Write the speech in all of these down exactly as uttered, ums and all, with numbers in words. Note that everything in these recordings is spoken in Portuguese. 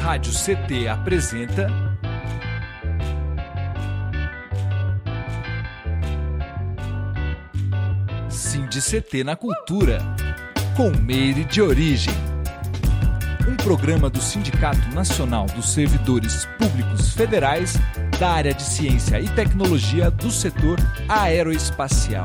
Rádio C T apresenta SINDICT na Cultura, com Meire de Origem. Um programa do Sindicato Nacional dos Servidores Públicos Federais da área de Ciência e Tecnologia do setor aeroespacial.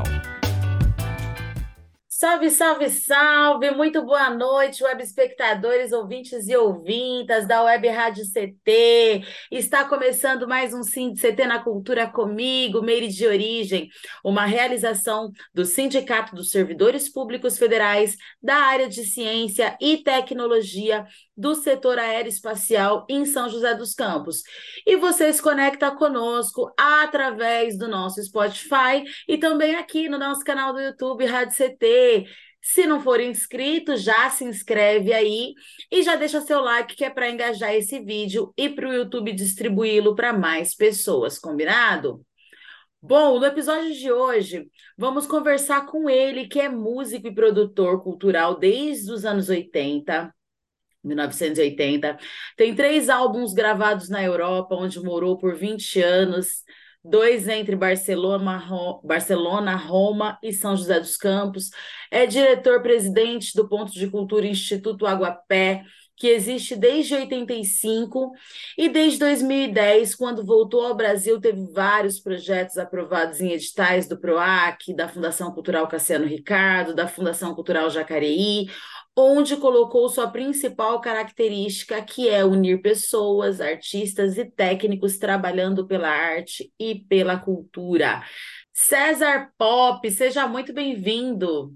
Salve, salve, salve! Muito boa noite, web espectadores, ouvintes e ouvintas da Web Rádio C T. Está começando mais um SINDICT na Cultura comigo, Meire de Origem, uma realização do Sindicato dos Servidores Públicos Federais da área de Ciência e Tecnologia do setor aeroespacial em São José dos Campos. E você se conecta conosco através do nosso Spotify e também aqui no nosso canal do YouTube Rádio C T. Se não for inscrito, já se inscreve aí e já deixa seu like, que é para engajar esse vídeo e para o YouTube distribuí-lo para mais pessoas, combinado? Bom, no episódio de hoje, vamos conversar com ele, que é músico e produtor cultural desde os anos oitenta, mil novecentos e oitenta. Tem três álbuns gravados na Europa, onde morou por vinte anos, dois entre Barcelona, Ro- Barcelona, Roma e São José dos Campos. É diretor-presidente do Ponto de Cultura Instituto Aguapé, que existe desde oitenta e cinco e desde dois mil e dez, quando voltou ao Brasil, teve vários projetos aprovados em editais do PROAC, da Fundação Cultural Cassiano Ricardo, da Fundação Cultural Jacareí, onde colocou sua principal característica, que é unir pessoas, artistas e técnicos trabalhando pela arte e pela cultura. César Pop, seja muito bem-vindo.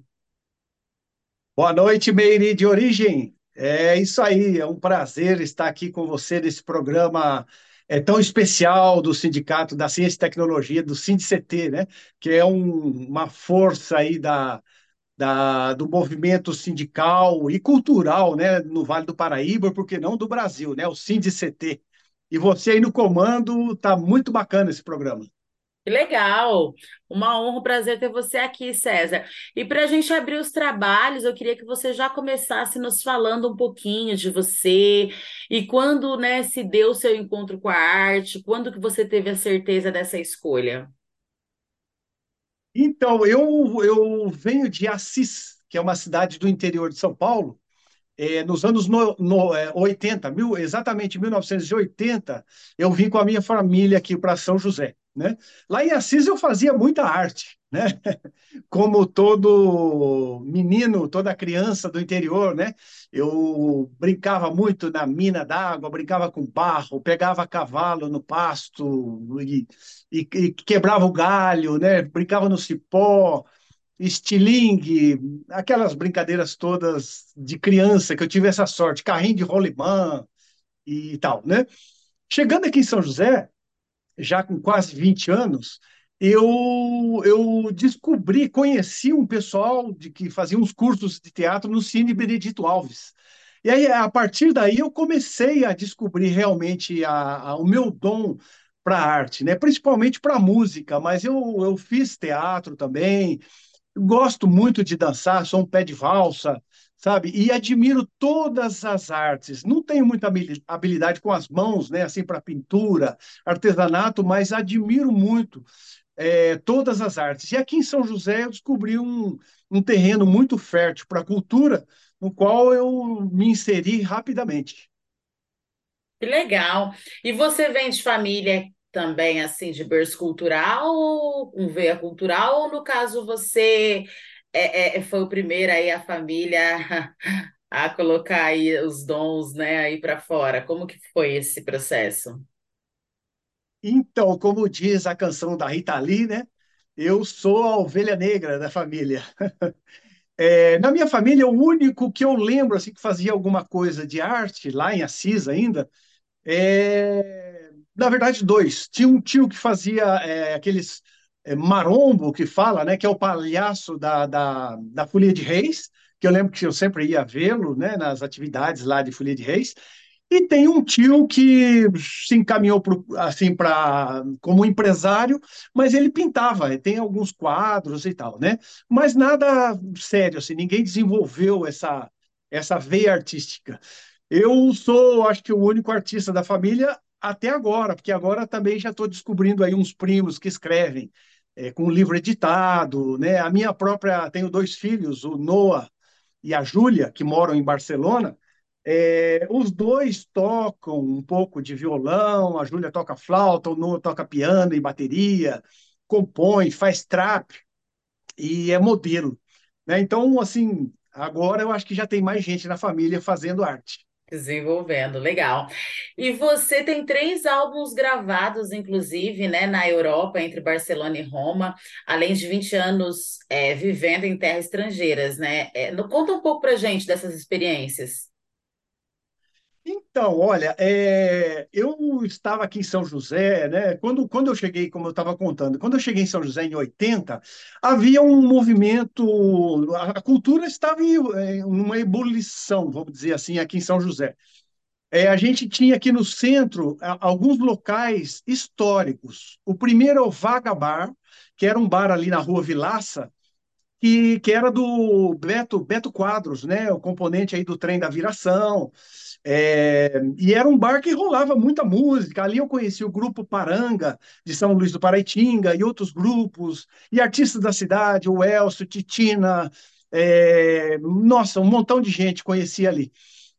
Boa noite, Meire de Origem. É isso aí, é um prazer estar aqui com você nesse programa é, tão especial do Sindicato da Ciência e Tecnologia, do SINDICT, né? Que é um- uma força aí da, da- do movimento sindical e cultural, né? No Vale do Paraíba, por que não do Brasil, né? O SINDICT. E você aí no comando, tá muito bacana esse programa. Que legal! Uma honra, um prazer ter você aqui, César. E para a gente abrir os trabalhos, eu queria que você já começasse nos falando um pouquinho de você e quando, né, se deu o seu encontro com a arte, quando que você teve a certeza dessa escolha? Então, eu, eu venho de Assis, que é uma cidade do interior de São Paulo. É, nos anos no, no, é, oitenta, mil, exatamente mil novecentos e oitenta, eu vim com a minha família aqui para São José, né? Lá em Assis eu fazia muita arte, né? Como todo menino, toda criança do interior, né? Eu brincava muito na mina d'água, brincava com barro, pegava cavalo no pasto e, e, e quebrava o galho, né? Brincava no cipó, estilingue, aquelas brincadeiras todas de criança que eu tive essa sorte, carrinho de rolimã e tal, né? Chegando aqui em São José, já com quase vinte anos, eu, eu descobri, conheci um pessoal de que fazia uns cursos de teatro no Cine Benedito Alves. E aí, a partir daí, eu comecei a descobrir realmente a, a- o meu dom para a arte, né? Principalmente para a música, mas eu, eu fiz teatro também, gosto muito de dançar, sou um pé de valsa, sabe? E admiro todas as artes. Não tenho muita habili- habilidade com as mãos, né? Assim, para pintura, artesanato, mas admiro muito é, todas as artes. E aqui em São José eu descobri um, um terreno muito fértil para a cultura, no qual eu me inseri rapidamente. Que legal! E você vem de família também, assim, de berço cultural, um veia cultural, ou no caso você é, é, foi o primeiro aí a família a colocar aí os dons, né, aí para fora? Como que foi esse processo? Então, como diz a canção da Rita Lee, né? Eu sou a ovelha negra da família. É, na minha família, o único que eu lembro assim que fazia alguma coisa de arte, lá em Assis ainda, é, na verdade, dois. Tinha um tio que fazia é, aqueles é, marombo que fala, né, que é o palhaço da, da, da Folia de Reis, que eu lembro que eu sempre ia vê-lo, né, nas atividades lá de Folia de Reis. E tem um tio que se encaminhou pro, assim para como empresário, mas ele pintava, tem alguns quadros e tal, né? Mas nada sério, assim, ninguém desenvolveu essa essa veia artística. Eu sou, acho que, o único artista da família até agora, porque agora também já estou descobrindo aí uns primos que escrevem é, com livro editado, né? A minha própria, tenho dois filhos, o Noah e a Júlia, que moram em Barcelona. É, os dois tocam um pouco de violão, a Júlia toca flauta, o Noah toca piano e bateria, compõe, faz trap e é modelo, né? Então, assim, agora eu acho que já tem mais gente na família fazendo arte. Desenvolvendo, legal. E você tem três álbuns gravados, inclusive, né, na Europa, entre Barcelona e Roma, além de vinte anos é, vivendo em terras estrangeiras, né? É, no- conta um pouco pra gente dessas experiências. Então, olha, é, eu estava aqui em São José, né? Quando, quando eu cheguei, como eu estava contando, quando eu cheguei em São José em oitenta, havia um movimento, a, a cultura estava em, em uma ebulição, vamos dizer assim, aqui em São José. É, a gente tinha aqui no centro a, alguns locais históricos. O primeiro é o Vaga Bar, que era um bar ali na Rua Vilaça, que, que era do Beto, Beto Quadros, né? O componente aí do Trem da Viração. É, e era um bar que rolava muita música. Ali eu conheci o grupo Paranga, de São Luís do Paraitinga, e outros grupos, e artistas da cidade, o Elcio, Titina, é, nossa, um montão de gente conhecia ali.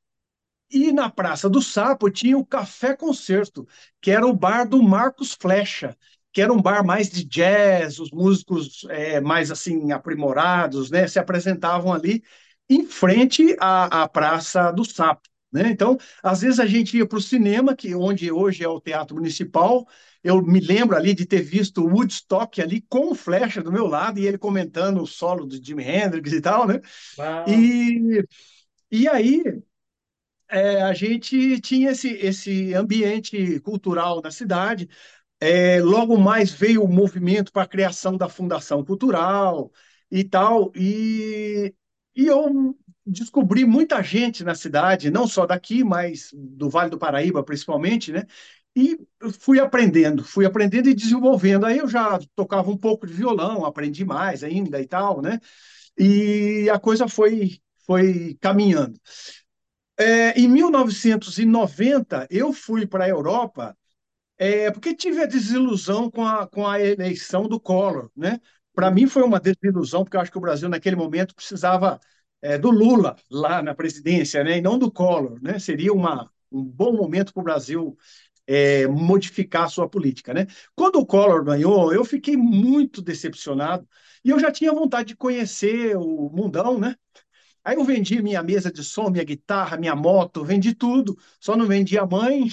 E na Praça do Sapo tinha o Café Concerto, que era o bar do Marcos Flecha, que era um bar mais de jazz, os músicos é, mais assim aprimorados, né, se apresentavam ali em frente à, à Praça do Sapo. Né? Então, às vezes a gente ia para o cinema, que onde hoje é o Teatro Municipal. Eu me lembro ali de ter visto o Woodstock ali com o Flecha do meu lado e ele comentando o solo do Jimi Hendrix e tal, né? Uau! E, e aí é, a gente tinha esse, esse ambiente cultural na cidade. É, logo mais veio o movimento para a criação da Fundação Cultural e tal, e, e eu descobri muita gente na cidade, não só daqui, mas do Vale do Paraíba, principalmente, né? E fui aprendendo, fui aprendendo e desenvolvendo. Aí eu já tocava um pouco de violão, aprendi mais ainda e tal, né? E a coisa foi, foi caminhando. É, em mil novecentos e noventa, eu fui para a Europa, é, porque tive a desilusão com a, com a eleição do Collor, né? Para mim foi uma desilusão, porque eu acho que o Brasil, naquele momento, precisava é, do Lula lá na presidência, né? E não do Collor, né? Seria uma, um bom momento para o Brasil é, modificar a sua política, né? Quando o Collor ganhou, eu fiquei muito decepcionado e eu já tinha vontade de conhecer o mundão, né? Aí eu vendi minha mesa de som, minha guitarra, minha moto, vendi tudo, só não vendi a mãe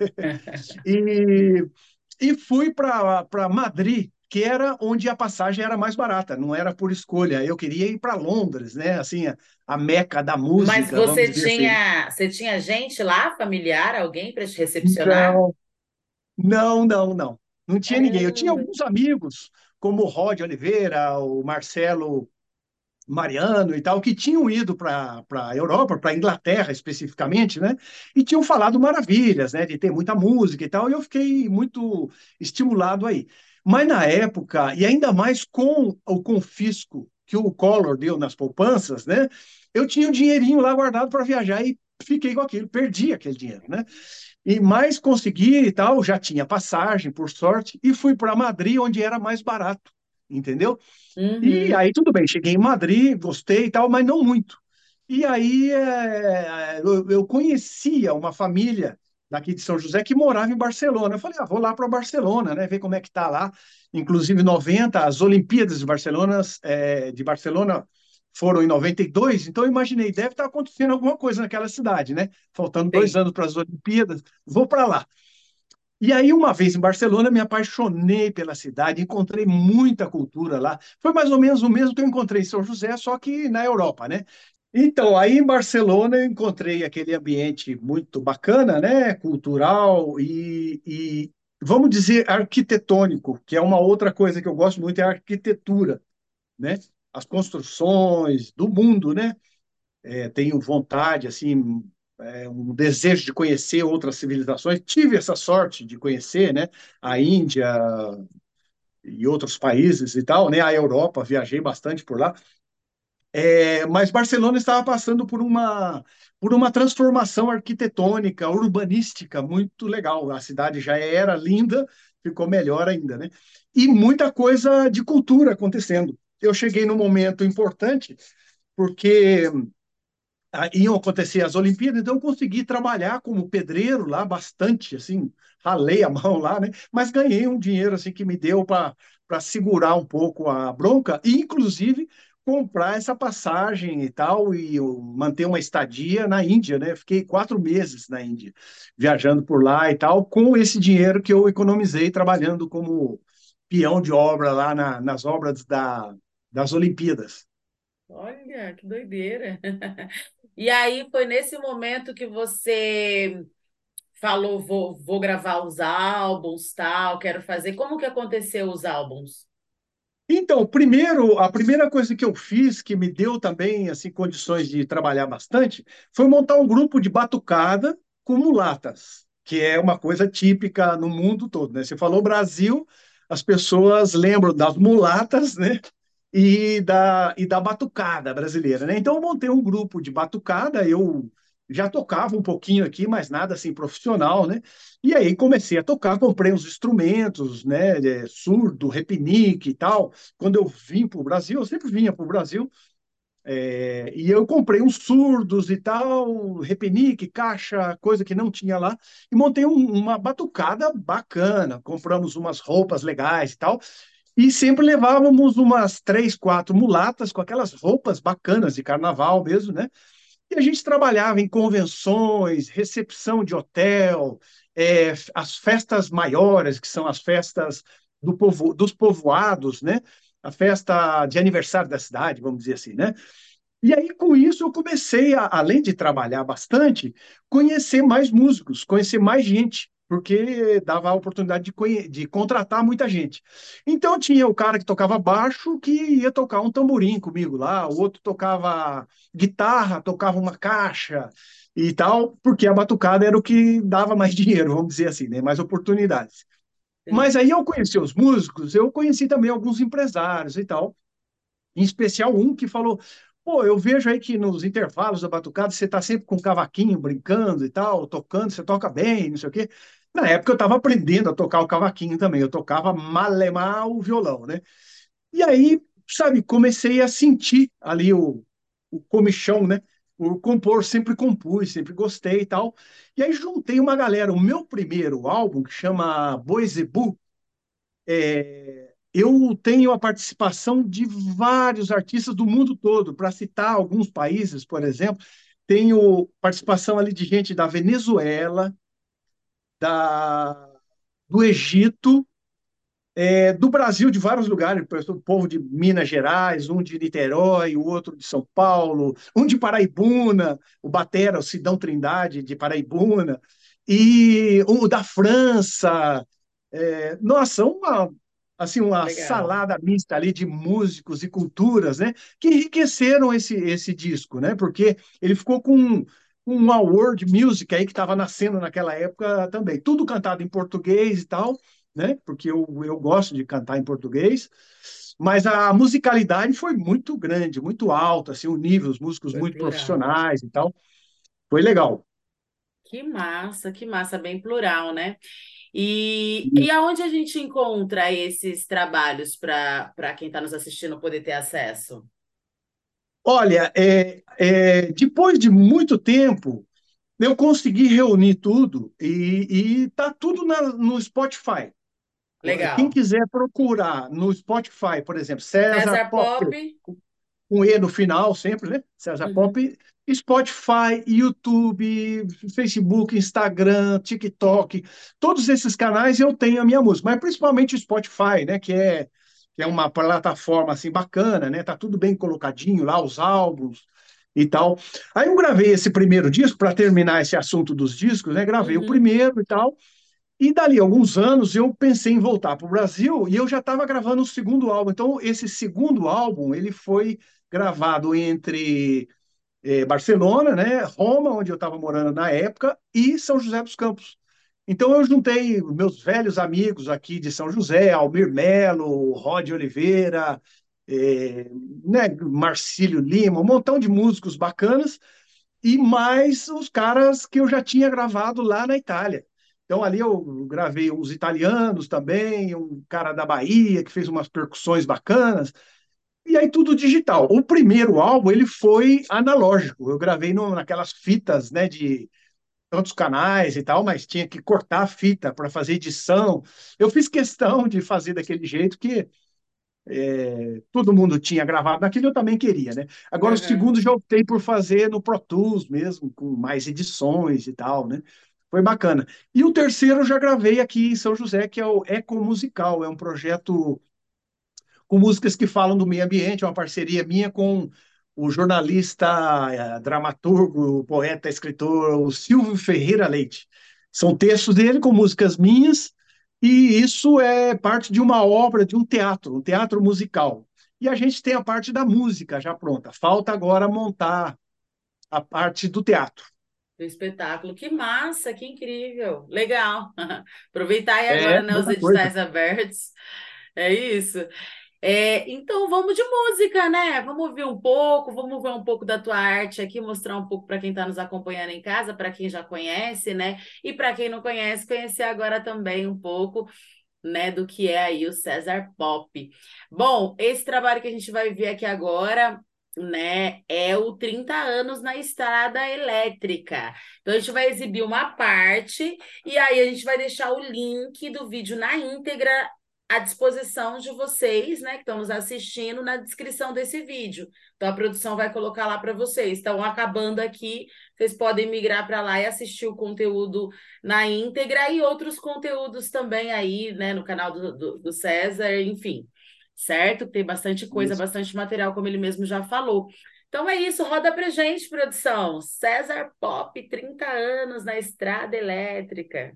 e, e fui para para Madrid, que era onde a passagem era mais barata, não era por escolha. Eu queria ir para Londres, né? Assim, a, a meca da Mas música, vamos você dizer assim. tinha, você tinha gente lá, familiar, alguém para te recepcionar? Não, não, não, não. Não tinha ninguém. Eu tinha Caramba! alguns amigos, como o Rod Oliveira, o Marcelo Mariano e tal, que tinham ido para a Europa, para a Inglaterra especificamente, né? E tinham falado maravilhas, né? De ter muita música e tal, e eu fiquei muito estimulado aí. Mas na época, e ainda mais com o confisco que o Collor deu nas poupanças, né? Eu tinha um dinheirinho lá guardado para viajar e fiquei com aquilo, perdi aquele dinheiro, né? E mais consegui e tal, já tinha passagem, por sorte, e fui para Madrid, onde era mais barato, entendeu? E Uhum. aí, tudo bem, cheguei em Madrid, gostei e tal, mas não muito. E aí, é, eu, eu conhecia uma família daqui de São José que morava em Barcelona. Eu falei, ah, vou lá para Barcelona, né, ver como é que tá lá. Inclusive, noventa, as Olimpíadas de Barcelona, é, de Barcelona foram em noventa e dois, então eu imaginei, deve estar acontecendo alguma coisa naquela cidade, né? Faltando dois Sim. anos para as Olimpíadas, vou para lá. E aí, uma vez em Barcelona, me apaixonei pela cidade, encontrei muita cultura lá. Foi mais ou menos o mesmo que eu encontrei em São José, só que na Europa, né? Então, aí em Barcelona eu encontrei aquele ambiente muito bacana, né? Cultural e, e, vamos dizer, arquitetônico, que é uma outra coisa que eu gosto muito, é a arquitetura, né? As construções do mundo, né? É, tenho vontade, assim, é, um desejo de conhecer outras civilizações. Tive essa sorte de conhecer, né, a Índia e outros países e tal, né, a Europa, viajei bastante por lá. É, mas Barcelona estava passando por uma, por uma transformação arquitetônica, urbanística muito legal. A cidade já era linda, ficou melhor ainda, né? E muita coisa de cultura acontecendo. Eu cheguei num momento importante, porque ah, iam acontecer as Olimpíadas, então eu consegui trabalhar como pedreiro lá bastante, assim, ralei a mão lá, né? Mas ganhei um dinheiro assim que me deu para para segurar um pouco a bronca e, inclusive, comprar essa passagem e tal e eu manter uma estadia na Índia, né? Fiquei quatro meses na Índia, viajando por lá e tal, com esse dinheiro que eu economizei trabalhando como peão de obra lá na, nas obras da, das Olimpíadas. Olha, que doideira. E aí foi nesse momento que você falou, vou, vou gravar os álbuns, tal, quero fazer. Como que aconteceu os álbuns? Então, primeiro, a primeira coisa que eu fiz, que me deu também assim condições de trabalhar bastante, foi montar um grupo de batucada com mulatas, que é uma coisa típica no mundo todo, né? Você falou Brasil, as pessoas lembram das mulatas, né? E da, e da batucada brasileira, né? Então, eu montei um grupo de batucada, eu já tocava um pouquinho aqui, mas nada assim profissional, né? E aí comecei a tocar, comprei uns instrumentos, né? de Surdo, repinique e tal. Quando eu vim para o Brasil, eu sempre vinha para o Brasil, é, e eu comprei uns surdos e tal, repinique, caixa, coisa que não tinha lá, e montei um- uma batucada bacana. Compramos umas roupas legais e tal, e sempre levávamos umas três, quatro mulatas com aquelas roupas bacanas de carnaval mesmo, né? E a gente trabalhava em convenções, recepção de hotel, é, as festas maiores, que são as festas do povo, dos povoados, né? A festa de aniversário da cidade, vamos dizer assim, né? E aí, com isso, eu comecei, a, além de trabalhar bastante, conhecer mais músicos, conhecer mais gente, porque dava a oportunidade de, conhe- de contratar muita gente. Então, tinha o cara que tocava baixo, que ia tocar um tamborim comigo lá, o outro tocava guitarra, tocava uma caixa e tal, porque a batucada era o que dava mais dinheiro, vamos dizer assim, né? Mais oportunidades. Mas aí, ao conhecer os músicos, eu conheci também alguns empresários e tal, em especial um que falou: pô, eu vejo aí que nos intervalos da batucada você está sempre com o cavaquinho brincando e tal, tocando, você toca bem, não sei o quê. Na época eu estava aprendendo a tocar o cavaquinho também, eu tocava malemar o violão, né? E aí, sabe, comecei a sentir ali o, o comichão, né? O compor, sempre compus, sempre gostei e tal. E aí juntei uma galera. O meu primeiro álbum, que chama Boizebu, é, eu tenho a participação de vários artistas do mundo todo. Para citar alguns países, por exemplo, tenho participação ali de gente da Venezuela, da, do Egito, é, do Brasil, de vários lugares, o povo de Minas Gerais, um de Niterói, o outro de São Paulo, um de Paraibuna, o Batera, o Sidão Trindade de Paraibuna, e o da França. É, nossa, uma, assim, uma Legal. salada mista ali de músicos e culturas, né, que enriqueceram esse, esse disco, né, porque ele ficou com uma world music aí que estava nascendo naquela época também, tudo cantado em português e tal, né? Porque eu, eu gosto de cantar em português, mas a musicalidade foi muito grande, muito alta, assim, o nível, os músicos Foi muito plural. profissionais e tal. Foi legal. Que massa, que massa, bem plural, né? E, e aonde a gente encontra esses trabalhos para para quem está nos assistindo poder ter acesso? Olha, é, é, depois de muito tempo, eu consegui reunir tudo e, e tá tudo na- no Spotify. Quem Legal. quiser procurar no Spotify, por exemplo, César César Pop, Pop. com E no final sempre, né? César Uhum. Pop, Spotify, YouTube, Facebook, Instagram, TikTok, todos esses canais eu tenho a minha música, mas principalmente o Spotify, né? Que é, que é uma plataforma assim bacana, né? Tá tudo bem colocadinho lá, os álbuns e tal. Aí eu gravei esse primeiro disco para terminar esse assunto dos discos, né? Gravei o Uhum. primeiro e tal. E dali a alguns anos eu pensei em voltar para o Brasil e eu já estava gravando o segundo álbum. Então, esse segundo álbum ele foi gravado entre eh, Barcelona, né, Roma, onde eu estava morando na época, e São José dos Campos. Então, eu juntei meus velhos amigos aqui de São José, Almir Melo, Rod Oliveira, é, né, Marcílio Lima, um montão de músicos bacanas, e mais os caras que eu já tinha gravado lá na Itália. Então ali eu gravei uns italianos também, um cara da Bahia que fez umas percussões bacanas, e aí tudo digital. O primeiro álbum ele foi analógico, eu gravei no, naquelas fitas, né, de tantos canais e tal, mas tinha que cortar a fita para fazer edição. Eu fiz questão de fazer daquele jeito que é, todo mundo tinha gravado naquilo, eu também queria, né? Agora, o Uhum. segundo já optei por fazer no Pro Tools mesmo, com mais edições e tal, né? Foi bacana. E o terceiro eu já gravei aqui em São José, que é o Eco Musical, é um projeto com músicas que falam do meio ambiente, é uma parceria minha com o jornalista, eh, dramaturgo, poeta, escritor, o Silvio Ferreira Leite. São textos dele com músicas minhas, e isso é parte de uma obra, de um teatro, um teatro musical. E a gente tem a parte da música já pronta. Falta agora montar a parte do teatro. Do espetáculo. Que massa, que incrível. Legal. Aproveitar aí É, agora, né, os muita coisa. editais abertos. É isso. É, então vamos de música, né? Vamos ouvir um pouco, vamos ver um pouco da tua arte aqui, mostrar um pouco para quem está nos acompanhando em casa, para quem já conhece, né? E para quem não conhece, conhecer agora também um pouco, né, do que é aí o César Pop. Bom, esse trabalho que a gente vai ver aqui agora, né, é o trinta anos na Estrada Elétrica. Então a gente vai exibir uma parte e aí a gente vai deixar o link do vídeo na íntegra à disposição de vocês, né, que estão nos assistindo, na descrição desse vídeo. Então a produção vai colocar lá para vocês. Então, acabando aqui, vocês podem migrar para lá e assistir o conteúdo na íntegra e outros conteúdos também aí, né, no canal do, do, do César, enfim, certo? Tem bastante coisa, Isso. bastante material, como ele mesmo já falou. Então é isso, roda pra gente, produção. César Pop, trinta anos na Estrada Elétrica.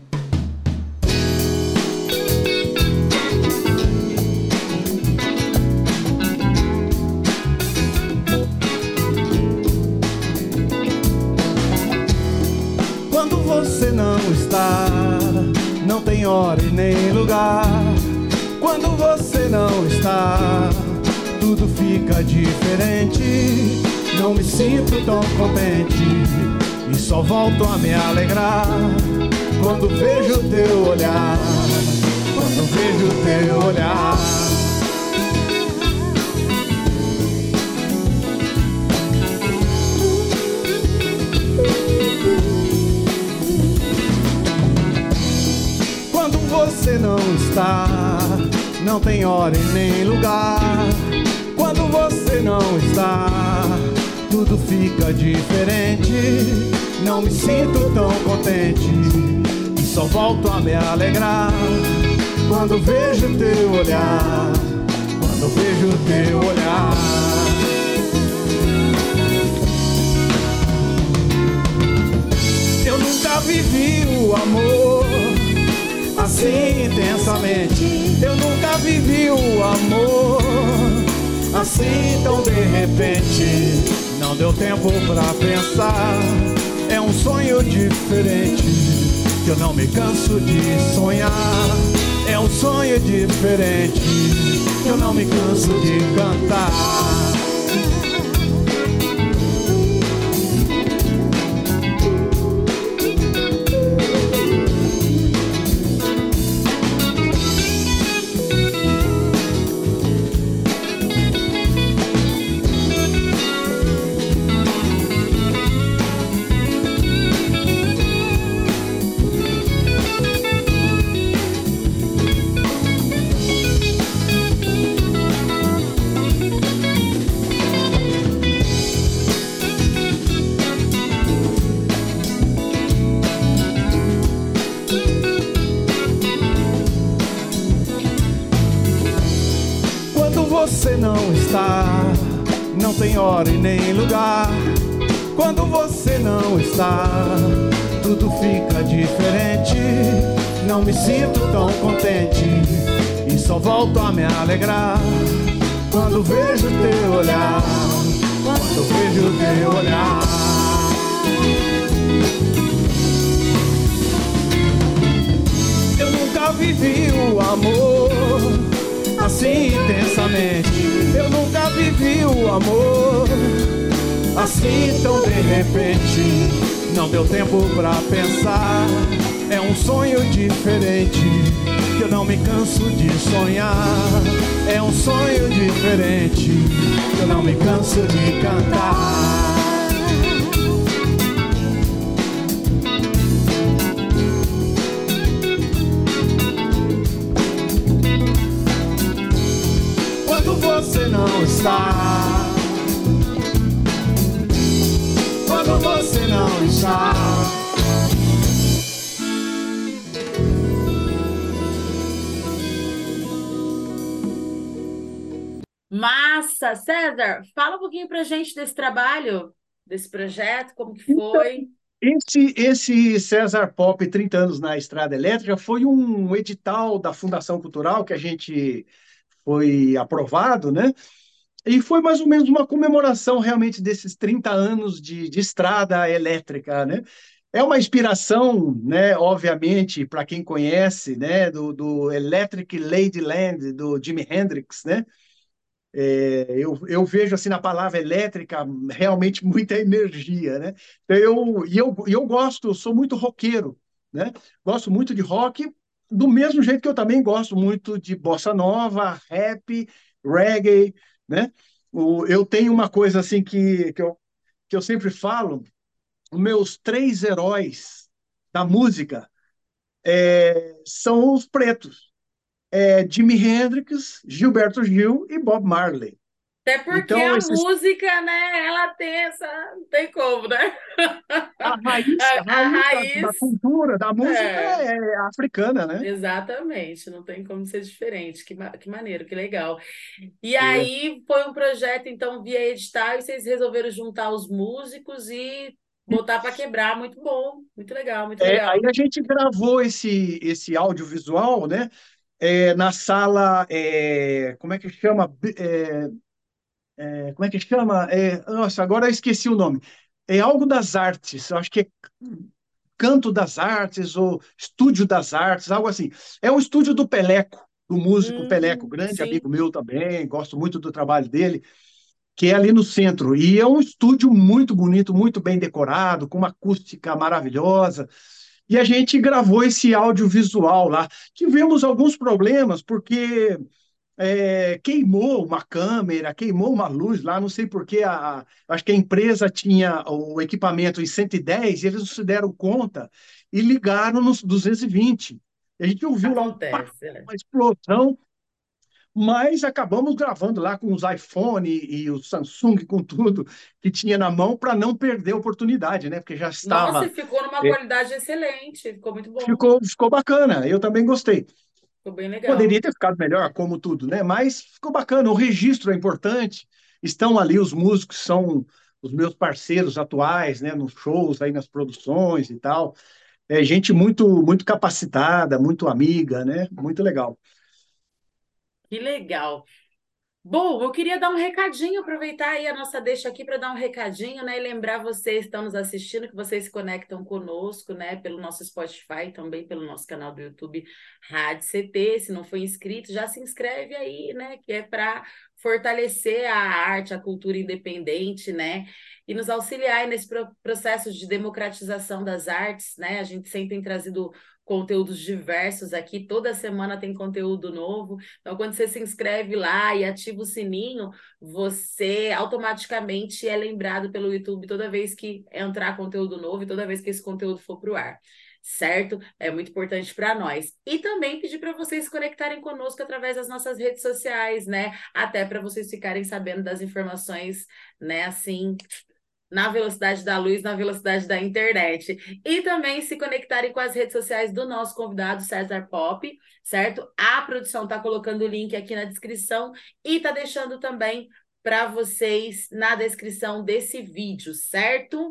Quando você não está, não tem hora e nem lugar. Quando você não está, tudo fica diferente. Não me sinto tão contente e só volto a me alegrar quando vejo teu olhar, quando vejo teu olhar. Quando você não está, não tem hora e nem lugar. Quando você não está, tudo fica diferente. Não me sinto tão contente e só volto a me alegrar quando vejo teu olhar, quando vejo teu olhar. Eu nunca vivi o amor assim intensamente. Eu nunca vivi o amor assim tão de repente. Não deu tempo pra pensar. É um sonho diferente que eu não me canso de sonhar. É um sonho diferente que eu não me canso de cantar. Você não está, não tem hora e nem lugar. Quando você não está, tudo fica diferente. Não me sinto tão contente e só volto a me alegrar quando vejo teu olhar, quando vejo teu olhar. Eu nunca vivi o amor assim intensamente. amor, assim tão de repente. Não deu tempo pra pensar, é um sonho diferente, que eu não me canso de sonhar. É um sonho diferente, que eu não me canso de cantar. Quando você não está, quando você não está. Massa! César, fala um pouquinho pra gente desse trabalho, desse projeto, como que foi? Esse, esse César Pop, trinta anos na Estrada Elétrica, foi um edital da Fundação Cultural que a gente foi aprovado, né? E foi mais ou menos uma comemoração realmente desses trinta anos de, de estrada elétrica, né? É uma inspiração, né, obviamente, para quem conhece, né, do, do Electric Ladyland, do Jimi Hendrix, né? É, eu, eu vejo assim na palavra elétrica realmente muita energia, né? Então, eu, e eu, e eu gosto, eu sou muito roqueiro, né? Gosto muito de rock, do mesmo jeito que eu também gosto muito de bossa nova, rap, reggae, né? O, eu tenho uma coisa assim que, que, eu, que eu sempre falo, os meus três heróis da música é, são os pretos, é Jimi Hendrix, Gilberto Gil e Bob Marley. Até porque Então, a esses, música, né, ela tem essa, não tem como, né? a raiz, a A, a raiz da, da raiz, cultura, da música é, é africana, né? exatamente, não tem como ser diferente. Que, ma- que maneiro, que legal. E É. aí foi um projeto, então, via edital, e vocês resolveram juntar os músicos e botar para quebrar. Muito bom, muito legal, muito É, aí legal. a gente gravou esse, esse audiovisual, né? É, na sala, é, como é que chama? É, é, como é que chama? É, nossa, agora eu esqueci o nome. É algo das artes, eu acho que é Canto das Artes ou Estúdio das Artes, algo assim. É o estúdio do Peleco, do músico Peleco, Hum, grande amigo sim. meu também, gosto muito do trabalho dele, que é ali no centro. E é um estúdio muito bonito, muito bem decorado, com uma acústica maravilhosa. E a gente gravou esse audiovisual lá. Tivemos alguns problemas, porque é, queimou uma câmera, queimou uma luz lá, não sei por que, a, a- acho que a empresa tinha o equipamento em cento e dez e eles não se deram conta e ligaram nos duzentos e vinte. A gente ouviu lá um pá, Acontece, né? uma explosão, mas acabamos gravando lá com os iPhone e o Samsung, com tudo que tinha na mão, para não perder a oportunidade, né? Porque já Nossa, e estava. ficou numa é, qualidade excelente, ficou muito bom, ficou, ficou bacana, eu também gostei. ficou bem legal. Poderia ter ficado melhor, como tudo, né? Mas ficou bacana. O registro é importante. Estão ali os músicos, são os meus parceiros atuais, né? Nos shows, aí nas produções e tal. É gente muito, muito capacitada, muito amiga, né? Muito legal. Que legal. Bom, eu queria dar um recadinho, aproveitar aí a nossa deixa aqui para dar um recadinho, né? E lembrar vocês que estão nos assistindo que vocês se conectam conosco, né? Pelo nosso Spotify, também pelo nosso canal do YouTube Rádio C T. Se não for inscrito, já se inscreve aí, né? Que é para fortalecer a arte, a cultura independente, né? E nos auxiliar aí nesse pro- processo de democratização das artes, né? A gente sempre tem trazido conteúdos diversos aqui, toda semana tem conteúdo novo. Então, quando você se inscreve lá e ativa o sininho, você automaticamente é lembrado pelo YouTube toda vez que entrar conteúdo novo e toda vez que esse conteúdo for para o ar. Certo? É muito importante para nós. E também pedir para vocês se conectarem conosco através das nossas redes sociais, né? Até para vocês ficarem sabendo das informações, né? Assim, na velocidade da luz, na velocidade da internet. E também se conectarem com as redes sociais do nosso convidado, César Pop, certo? A produção está colocando o link aqui na descrição e está deixando também para vocês na descrição desse vídeo, certo?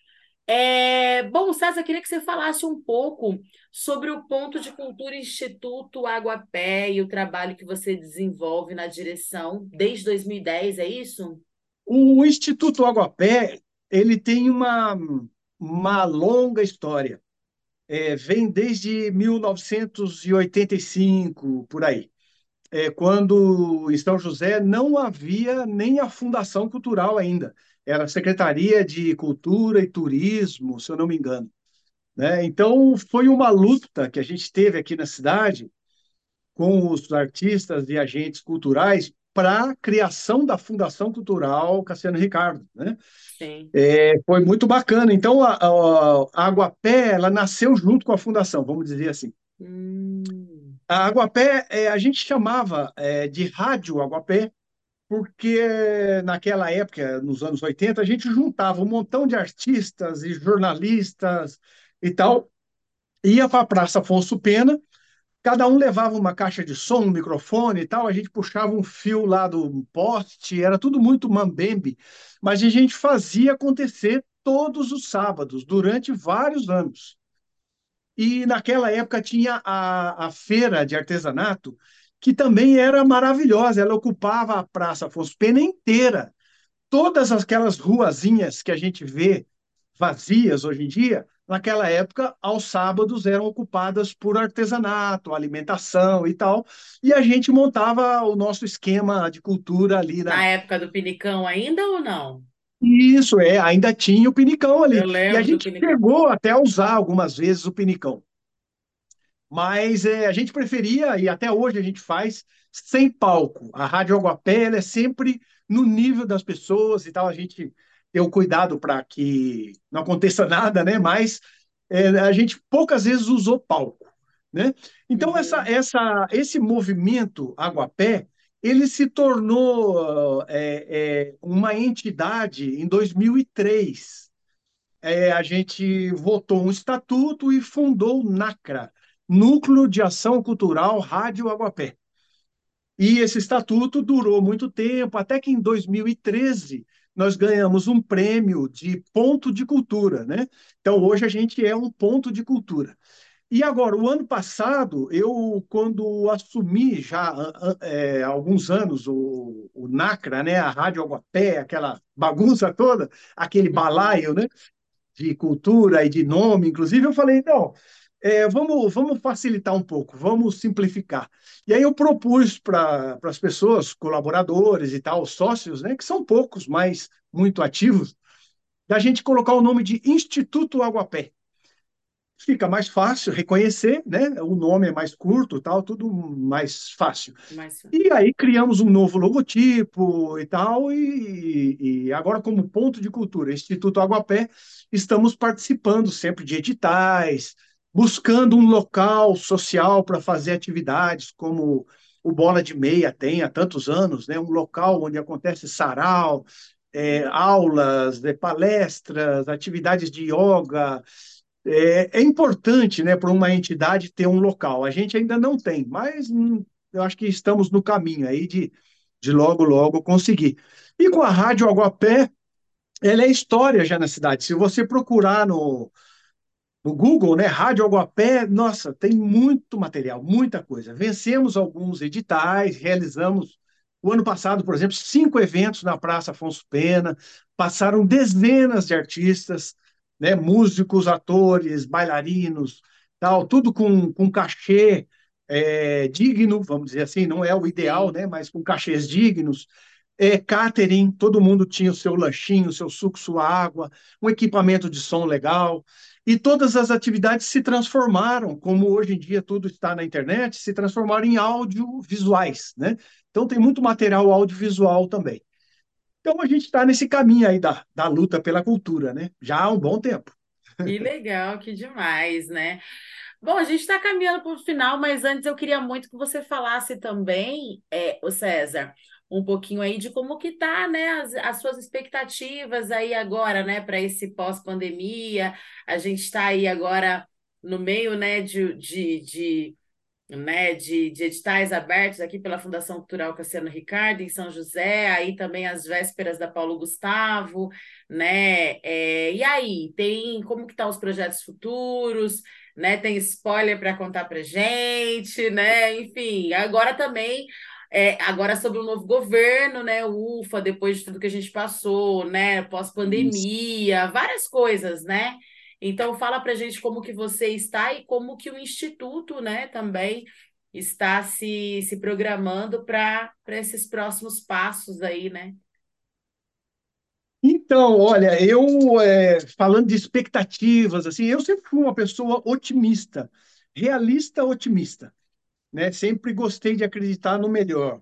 É, bom, César, eu queria que você falasse um pouco sobre o Ponto de Cultura Instituto Aguapé e o trabalho que você desenvolve na direção desde dois mil e dez, é isso? O Instituto Aguapé, ele tem uma, uma longa história. É, vem desde mil novecentos e oitenta e cinco, por aí. é, quando em São José não havia nem a Fundação Cultural ainda. Era a Secretaria de Cultura e Turismo, se eu não me engano, né? Então, foi uma luta que a gente teve aqui na cidade com os artistas e agentes culturais para a criação da Fundação Cultural Cassiano Ricardo, né? Sim. É, foi muito bacana. Então, a, a, a Aguapé, ela nasceu junto com a fundação, vamos dizer assim. Hum. A Aguapé, é, a gente chamava é, de Rádio Aguapé, porque naquela época, nos anos oitenta, a gente juntava um montão de artistas e jornalistas e tal, ia para a Praça Afonso Pena, cada um levava uma caixa de som, um microfone e tal, a gente puxava um fio lá do poste, era tudo muito mambembe, mas a gente fazia acontecer todos os sábados, durante vários anos. E naquela época tinha a, a feira de artesanato, que também era maravilhosa, ela ocupava a Praça Afonso Pena inteira. Todas aquelas ruazinhas que a gente vê vazias hoje em dia, naquela época, aos sábados, eram ocupadas por artesanato, alimentação e tal, e a gente montava o nosso esquema de cultura ali Na na. época do Pinicão ainda ou não? Isso, é, ainda tinha o pinicão Eu ali. E a lembro do gente Pinicão. chegou até a usar algumas vezes o pinicão. Mas é, a gente preferia, e até hoje a gente faz, sem palco. A Rádio Aguapé, ela é sempre no nível das pessoas e tal. A gente tem o cuidado para que não aconteça nada, né? Mas é, a gente poucas vezes usou palco, né? Então, essa, Uhum. essa, esse movimento Aguapé, ele se tornou é, é, uma entidade em dois mil e três. É, a gente votou um estatuto e fundou o NACRA, Núcleo de Ação Cultural Rádio Aguapé. E esse estatuto durou muito tempo, até que em dois mil e treze nós ganhamos um prêmio de ponto de cultura, né? Então hoje a gente é um ponto de cultura. E agora, o ano passado, eu, quando assumi já é, há alguns anos o, o NACRA, né, a Rádio Aguapé, aquela bagunça toda, aquele Uhum. balaio, né? De cultura e de nome, inclusive, eu falei, não, é, vamos, vamos facilitar um pouco, vamos simplificar. E aí eu propus para as pessoas, colaboradores e tal, sócios, né, que são poucos, mas muito ativos, da gente colocar o nome de Instituto Aguapé. Fica mais fácil reconhecer, né? O nome é mais curto, tal, tudo mais fácil. Mas, E aí criamos um novo logotipo e tal, e, e agora, como ponto de cultura, Instituto Aguapé, estamos participando sempre de editais, buscando um local social para fazer atividades, como o Bola de Meia tem há tantos anos, né? Um local onde acontece sarau, é, aulas, é, palestras, atividades de yoga. É, é importante, né, para uma entidade ter um local. A gente ainda não tem, mas hum, eu acho que estamos no caminho aí de, de logo, logo conseguir. E com a Rádio Aguapé, ela é história já na cidade. Se você procurar no, no Google, né, Rádio Aguapé, nossa, tem muito material, muita coisa. Vencemos alguns editais, realizamos, o ano passado, por exemplo, cinco eventos na Praça Afonso Pena, passaram dezenas de artistas, né, músicos, atores, bailarinos, tal, tudo com, com cachê é, digno, vamos dizer assim, não é o ideal, sim. né, mas com cachês dignos. É, catering, todo mundo tinha o seu lanchinho, o seu suco, sua água, um equipamento de som legal. E todas as atividades se transformaram, como hoje em dia tudo está na internet, se transformaram em audiovisuais, né? Então tem muito material audiovisual também. Então a gente está nesse caminho aí da, da luta pela cultura, né? Já há um bom tempo. Que legal, que demais, né? Bom, a gente está caminhando para o final, mas antes eu queria muito que você falasse também, é, o César, um pouquinho aí de como que tá, né, as, as suas expectativas aí agora, né, para esse pós-pandemia. A gente está aí agora no meio, né, de, de, de né, de, de editais abertos aqui pela Fundação Cultural Cassiano Ricardo, em São José, aí também as vésperas da Paulo Gustavo, né? É, e aí, tem como que estão os projetos futuros, né? Tem spoiler para contar para gente, né? Enfim, agora também. É, agora sobre o novo governo, né? O UFA, depois de tudo que a gente passou, né? Pós-pandemia, várias coisas, né? Então fala para a gente como que você está e como que o Instituto, né, também está se, se programando para para esses próximos passos aí, né? Então, olha, eu, é, falando de expectativas, assim, eu sempre fui uma pessoa otimista, realista otimista, né? Sempre gostei de acreditar no melhor.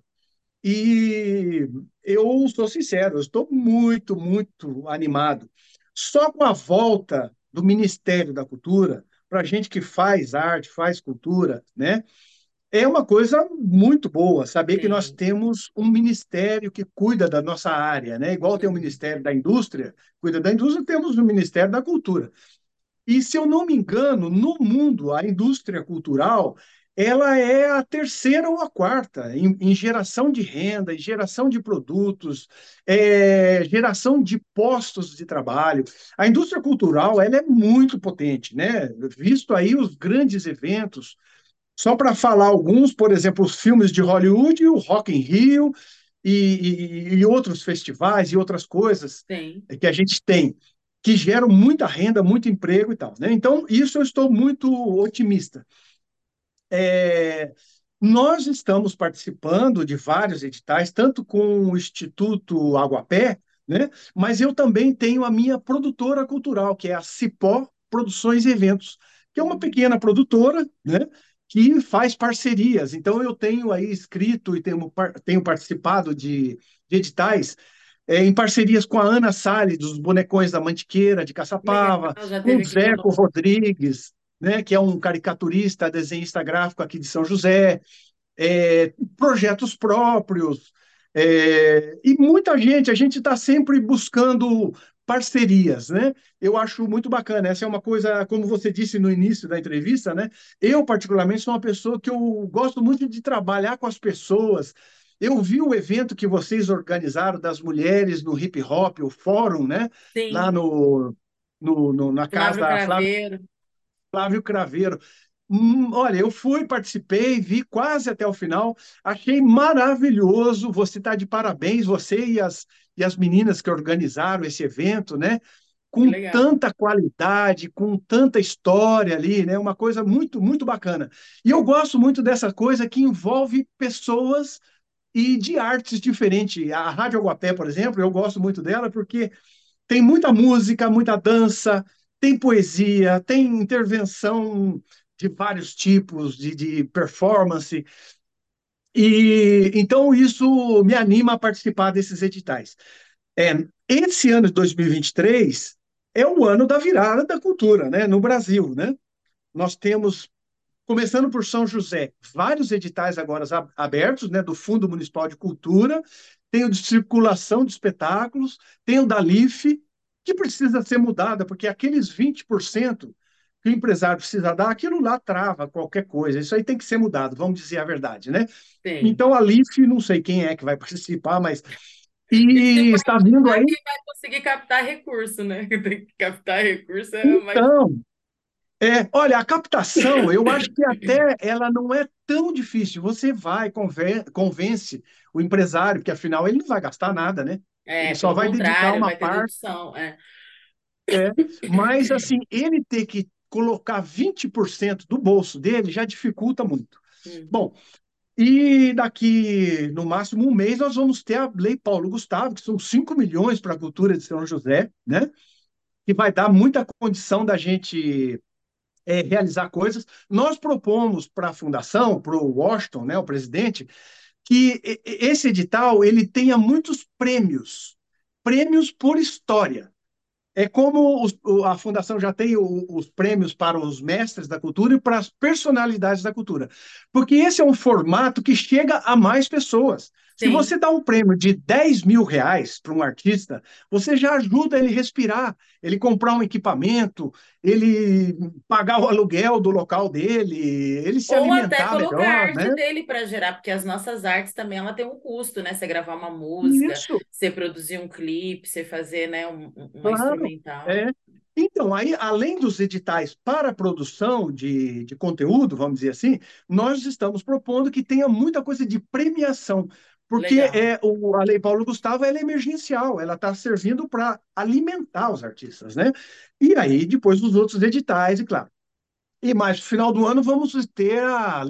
E eu sou sincero, eu estou muito, muito animado. Só com a volta do Ministério da Cultura, para a gente que faz arte, faz cultura, né? É uma coisa muito boa saber que nós Sim. temos um ministério que cuida da nossa área, né? Igual tem o Uhum. Ministério da Indústria, cuida da indústria, temos o Ministério da Cultura. E, se eu não me engano, no mundo, a indústria cultural, ela é a terceira ou a quarta em, em geração de renda, em geração de produtos, é, geração de postos de trabalho. A indústria cultural, ela é muito potente, né? Visto aí os grandes eventos, só para falar alguns, por exemplo, os filmes de Hollywood, o Rock in Rio e, e, e outros festivais e outras coisas Sim. que a gente tem, que geram muita renda, muito emprego e tal, né? Então, isso eu estou muito otimista. É, nós estamos participando de vários editais, tanto com o Instituto Aguapé, né? Mas eu também tenho a minha produtora cultural, que é a Cipó Produções e Eventos, que é uma Uhum. pequena produtora, né? Que faz parcerias. Então, eu tenho aí escrito e tenho, tenho participado de, de editais é, em parcerias com a Ana Salles, dos Bonecões da Mantiqueira, de Legal, Caçapava, já com teve o aqui Zeco conosco. Rodrigues, né, que é um caricaturista, desenhista gráfico aqui de São José, é, projetos próprios, é, e muita gente, a gente está sempre buscando parcerias, né? Eu acho muito bacana. Essa é uma coisa, como você disse no início da entrevista, né? Eu, particularmente, sou uma pessoa que eu gosto muito de trabalhar com as pessoas. Eu vi o evento que vocês organizaram das mulheres no hip hop, o fórum, né? Lá Sim, no, no, no na casa Flávio da Flávia Craveiro. Flávio Craveiro. Hum, olha, eu fui, participei, vi quase até o final, achei maravilhoso. Você está de parabéns, você e as, e as meninas que organizaram esse evento, né? Que Com legal. tanta qualidade, com tanta história ali, né? Uma coisa muito, muito bacana. E eu gosto muito dessa coisa que envolve pessoas e de artes diferentes. A Rádio Aguapé, por exemplo, eu gosto muito dela porque tem muita música, muita dança, tem poesia, tem intervenção de vários tipos de, de performance. E então isso me anima a participar desses editais. É, esse ano de dois mil e vinte e três é o ano da virada da cultura, né, no Brasil, né? Nós temos, começando por São José, vários editais agora abertos, né, do Fundo Municipal de Cultura, tem o de circulação de espetáculos, tem o da L I F, que precisa ser mudada, porque aqueles vinte por cento que o empresário precisa dar, aquilo lá trava qualquer coisa. Isso aí tem que ser mudado, vamos dizer a verdade, né? Sim. Então, a L I F, não sei quem é que vai participar, mas. E se E está vindo participar, aí. quem vai conseguir captar recurso, né? Tem que captar recurso é mais. Então, é, olha, a captação, eu acho que até ela não é tão difícil. Você vai, conven- convence o empresário, que afinal ele não vai gastar nada, né? Ele É, só pelo vai dedicar contrário, uma vai ter parte, dedução. É. mas assim, ele ter que colocar vinte por cento do bolso dele já dificulta muito. Uhum. Bom, e daqui no máximo um mês nós vamos ter a Lei Paulo Gustavo, que são cinco milhões para a cultura de São José, né? Que vai dar muita condição da gente é, realizar coisas. Nós propomos para a fundação, para o Washington, né, o presidente, que esse edital ele tenha muitos prêmios, prêmios por história. É como os, a Fundação já tem o, os prêmios para os mestres da cultura e para as personalidades da cultura. Porque esse é um formato que chega a mais pessoas. Se Sim. você dá um prêmio de dez mil reais para um artista, você já ajuda ele a respirar, ele comprar um equipamento, ele pagar o aluguel do local dele, ele se Ou até alimentar colocar a melhor, né? arte dele para gerar, porque as nossas artes também ela tem um custo, né? Você gravar uma música, Isso, você produzir um clipe, você fazer, né, um- um- uma claro, instrumental. é. Então, aí, além dos editais para a produção de, de conteúdo, vamos dizer assim, nós estamos propondo que tenha muita coisa de premiação, porque Legal. é, o, a Lei Paulo Gustavo ela é emergencial, ela está servindo para alimentar os artistas, né? E aí, depois dos outros editais, e claro. E mais, no final do ano, vamos ter a lei,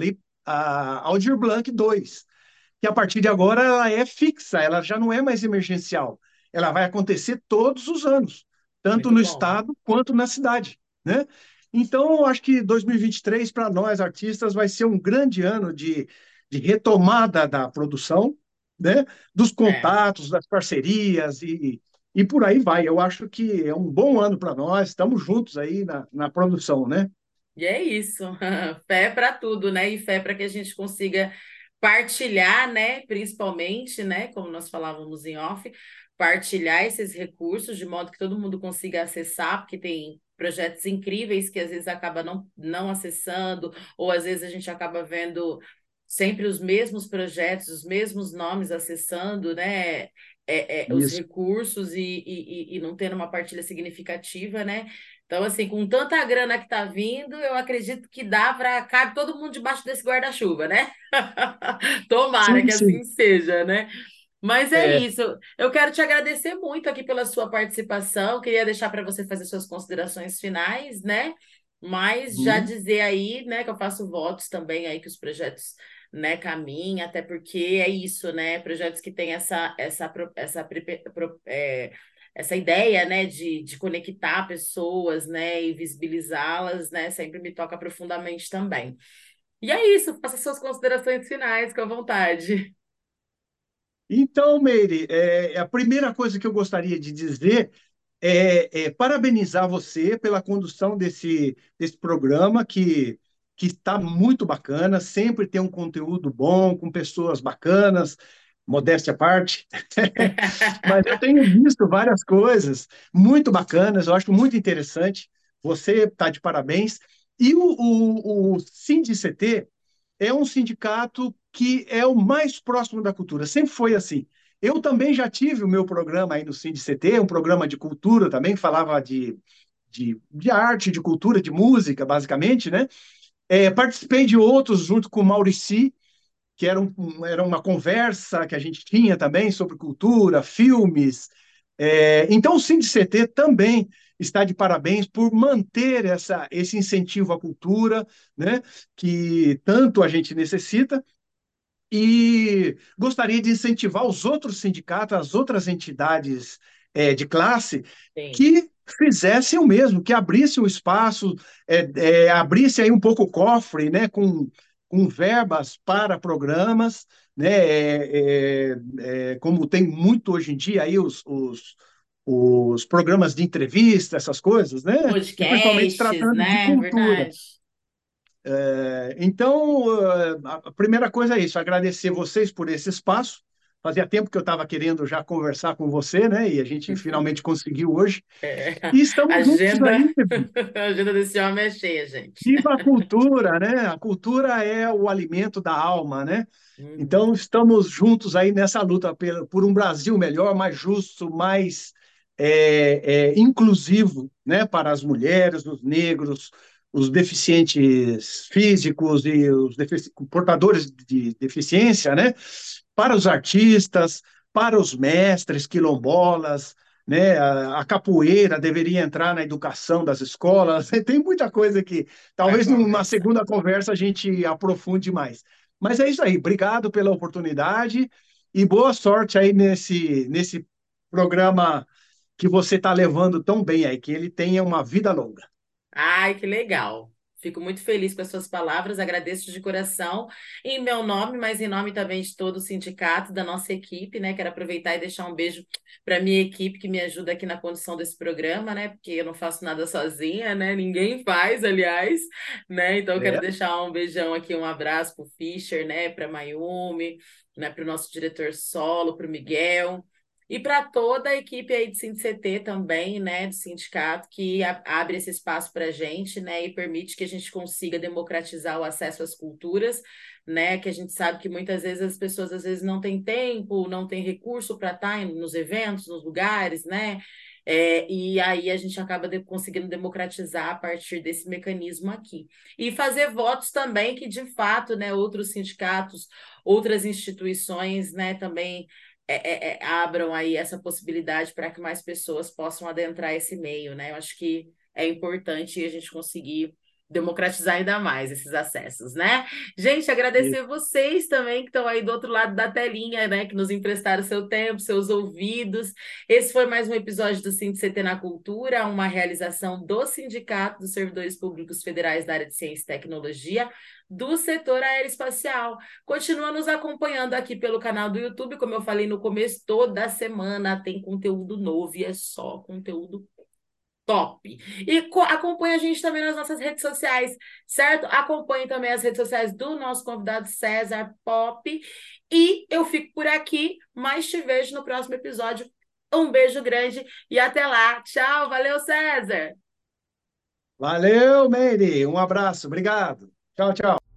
a Aldir Blanc dois, que a partir de agora ela é fixa, ela já não é mais emergencial. Ela vai acontecer todos os anos, tanto Muito no bom. estado quanto na cidade, né? Então, eu acho que dois mil e vinte e três, para nós artistas, vai ser um grande ano de, de retomada da produção, né? Dos É. contatos, das parcerias e, e por aí vai. Eu acho que é um bom ano para nós, estamos juntos aí na, na produção, né? E é isso. Fé para tudo, né? E fé para que a gente consiga partilhar, né? Principalmente, né? Como nós falávamos em off, partilhar esses recursos de modo que todo mundo consiga acessar, porque tem projetos incríveis que às vezes acaba não, não acessando, ou às vezes a gente acaba vendo sempre os mesmos projetos, os mesmos nomes acessando, né? É, é, os Isso. recursos e, e, e e não tendo uma partilha significativa, né? Então, assim, com tanta grana que está vindo, eu acredito que dá para cabe todo mundo debaixo desse guarda-chuva, né? Tomara Sim, que sim. assim seja, né? Mas é É, isso. Eu quero te agradecer muito aqui pela sua participação. Queria deixar para você fazer suas considerações finais, né? Mas já uhum, dizer aí, né, que eu faço votos também aí que os projetos, né, caminhem, até porque é isso, né? Projetos que têm essa essa pro- essa prepe- pro- é, essa ideia, né, de, de conectar pessoas, né, e visibilizá-las, né, sempre me toca profundamente também. E é isso, faça suas considerações finais, com a vontade. Então, Meire, é, a primeira coisa que eu gostaria de dizer é, é parabenizar você pela condução desse, desse programa, que, que está muito bacana, sempre tem um conteúdo bom, com pessoas bacanas, modéstia à parte. Mas eu tenho visto várias coisas muito bacanas, eu acho muito interessante. Você está de parabéns. E o, o, o SINDICT é um sindicato que é o mais próximo da cultura, sempre foi assim. Eu também já tive o meu programa aí no SINDICT, um programa de cultura também, que falava de, de, de arte, de cultura, de música, basicamente, né? É, participei de outros junto com o Maurici, que era, um, era uma conversa que a gente tinha também sobre cultura, filmes. É, então, o SINDICT também está de parabéns por manter essa, esse incentivo à cultura, né, que tanto a gente necessita, e gostaria de incentivar os outros sindicatos, as outras entidades é, de classe, Sim. que fizessem o mesmo, que abrissem o espaço, é, é, abrissem aí um pouco o cofre, né, com, com verbas para programas, né, é, é, é, como tem muito hoje em dia aí os, os, os programas de entrevista, essas coisas, né, e principalmente Podcasts, tratando de né? cultura. Verdade. Então, a primeira coisa é isso, agradecer vocês por esse espaço. Fazia tempo que eu estava querendo já conversar com você, né? E a gente finalmente conseguiu hoje. É, E estamos a juntos aí. agenda, a agenda desse homem é cheia, gente. Viva a cultura, né? A cultura é o alimento da alma, né? Uhum. Então, estamos juntos aí nessa luta pelo- por um Brasil melhor, mais justo, mais é, é, inclusivo, né? Para as mulheres, os negros, os deficientes físicos e os defici- portadores de deficiência, né? Para os artistas, para os mestres quilombolas, né? A, a capoeira deveria entrar na educação das escolas. Tem muita coisa que Para talvez numa conversar. segunda conversa a gente aprofunde mais. Mas é isso aí. Obrigado pela oportunidade e boa sorte aí nesse, nesse programa que você está levando tão bem aí, que ele tenha uma vida longa. Ai, que legal. Fico muito feliz com as suas palavras, agradeço de coração, em meu nome, mas em nome também de todo o sindicato, da nossa equipe, né? Quero aproveitar e deixar um beijo para minha equipe que me ajuda aqui na condução desse programa, né? Porque eu não faço nada sozinha, né? Ninguém faz, aliás, né? Então eu quero É, deixar um beijão aqui, um abraço para o Fischer, né? Para Mayumi, né? Para o nosso diretor solo, para o Miguel. E para toda a equipe aí de SINDICT também, né, do sindicato, que a- abre esse espaço para a gente, né, e permite que a gente consiga democratizar o acesso às culturas, né, que a gente sabe que muitas vezes as pessoas às vezes não têm tempo, não têm recurso para estar nos eventos, nos lugares, né, é, e aí a gente acaba de- conseguindo democratizar a partir desse mecanismo aqui. E fazer votos também que, de fato, né, outros sindicatos, outras instituições, né, também é, é, é, abram aí essa possibilidade para que mais pessoas possam adentrar esse meio, né? Eu acho que é importante a gente conseguir democratizar ainda mais esses acessos, né? Gente, agradecer vocês também que estão aí do outro lado da telinha, né? Que nos emprestaram seu tempo, seus ouvidos. Esse foi mais um episódio do SINDCT na Cultura, uma realização do Sindicato dos Servidores Públicos Federais da área de Ciência e Tecnologia do setor aeroespacial. Continua nos acompanhando aqui pelo canal do YouTube, como eu falei no começo, toda semana tem conteúdo novo e é só conteúdo top. E acompanhe a gente também nas nossas redes sociais, certo? Acompanhe também as redes sociais do nosso convidado César Pop. E eu fico por aqui, mas te vejo no próximo episódio. Um beijo grande e até lá. Tchau, valeu, César! Valeu, Meire. Um abraço. Obrigado. Tchau, tchau.